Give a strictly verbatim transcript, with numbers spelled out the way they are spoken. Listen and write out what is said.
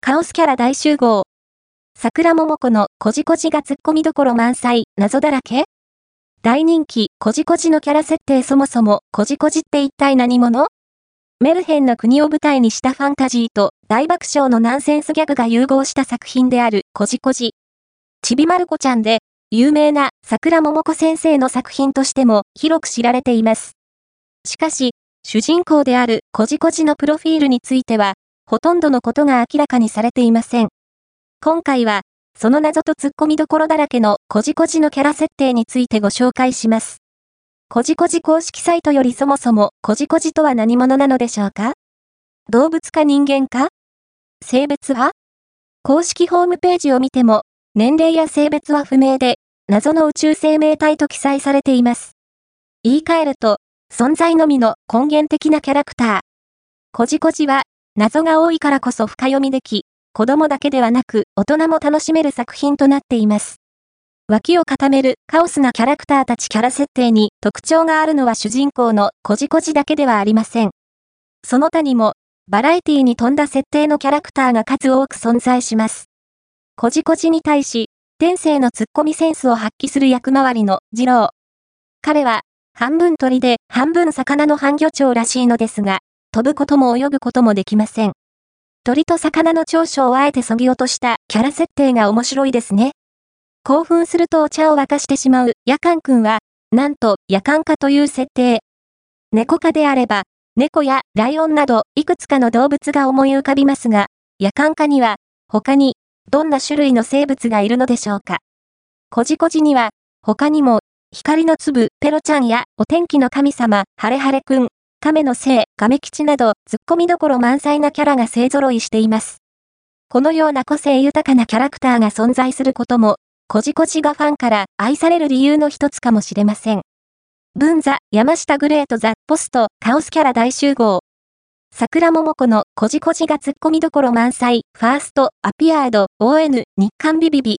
カオスキャラ大集合。桜桃子のこじこじがツッコミどころ満載、謎だらけ？大人気、こじこじのキャラ設定そもそも、こじこじって一体何者？メルヘンの国を舞台にしたファンタジーと大爆笑のナンセンスギャグが融合した作品であるこじこじ。ちびまる子ちゃんで、有名な桜桃子先生の作品としても広く知られています。しかし、主人公であるこじこじのプロフィールについては、ほとんどのことが明らかにされていません。今回は、その謎とツッコミどころだらけのこじこじのキャラ設定についてご紹介します。こじこじ公式サイトよりそもそもこじこじとは何者なのでしょうか？動物か人間か？性別は？公式ホームページを見ても、年齢や性別は不明で、謎の宇宙生命体と記載されています。言い換えると、存在のみの根源的なキャラクター。こじこじは、謎が多いからこそ深読みでき、子供だけではなく大人も楽しめる作品となっています。脇を固めるカオスなキャラクターたちキャラ設定に特徴があるのは主人公のこじこじだけではありません。その他にも、バラエティに富んだ設定のキャラクターが数多く存在します。こじこじに対し、天性のツッコミセンスを発揮する役回りの次郎。彼は、半分鳥で半分魚の半魚鳥らしいのですが、飛ぶことも泳ぐこともできません。鳥と魚の長所をあえて削ぎ落としたキャラ設定が面白いですね。興奮するとお茶を沸かしてしまう夜間くんは、なんと夜間化という設定。猫科であれば、猫やライオンなどいくつかの動物が思い浮かびますが、夜間化には、他に、どんな種類の生物がいるのでしょうか。こじこじには、他にも、光の粒、ペロちゃんやお天気の神様、ハレハレくん、亀の精、亀吉など、ツッコミどころ満載なキャラが勢揃いしています。このような個性豊かなキャラクターが存在することも、こじこじがファンから愛される理由の一つかもしれません。文座、山下グレートザ・ポスト、カオスキャラ大集合。桜桃子のこじこじがツッコミどころ満載、ファースト、アピアード、オーエヌ、日刊ビビビ。